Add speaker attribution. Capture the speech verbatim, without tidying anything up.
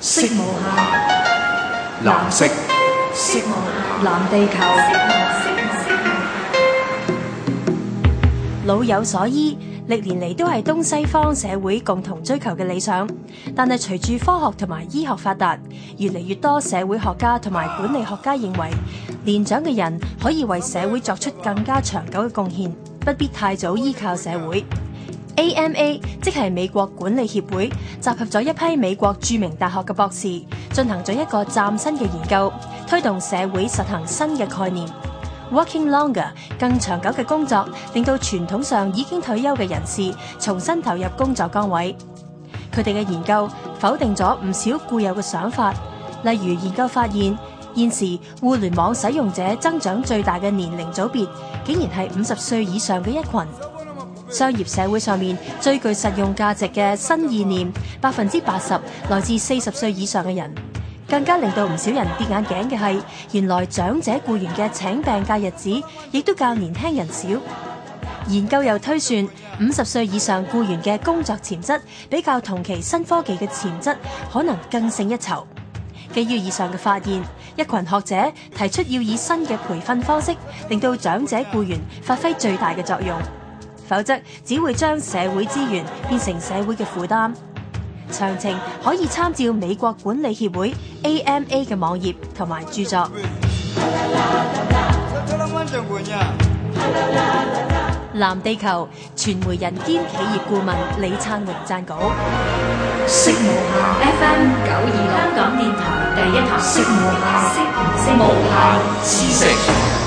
Speaker 1: 色無限，
Speaker 2: 藍色，
Speaker 1: 色無限，藍地球。
Speaker 3: 老有所依，歷年嚟都係東西方社會共同追求嘅理想。但係隨住科學同埋醫學發達，越嚟越多社會學家同埋管理學家認為，年長嘅人可以為社會作出更加長久嘅貢獻，不必太早依靠社會。A M A 即係美國管理協會，集合咗一批美國著名大學嘅博士，進行咗一個嶄新嘅研究，推動社會實行新嘅概念。Working longer 更長久嘅工作，令到傳統上已經退休嘅人士重新投入工作崗位。佢哋嘅研究否定咗唔少固有嘅想法，例如研究發現，現時互聯網使用者增長最大嘅年齡組別，竟然係五十歲以上嘅一群。商業社會上面最具實用價值嘅新意念，百分之八十來自四十歲以上嘅人。更加令到唔少人跌眼鏡嘅係，原來長者僱員嘅請病假日子亦都較年輕人少。研究又推算，五十歲以上僱員嘅工作潛質比較同期新科技嘅潛質可能更勝一籌。基於以上嘅發現，一群學者提出要以新嘅培訓方式，令到長者僱員發揮最大嘅作用，否則只會將社會資源變成社會嘅負擔。詳情可以參照美國管理協會 A M A 嘅網頁同埋著作。藍地球傳媒人兼企業顧問李燦榮撰稿。
Speaker 1: 色無限 F M 九二六香港電台第一台，色無限，色無限，
Speaker 2: 知識。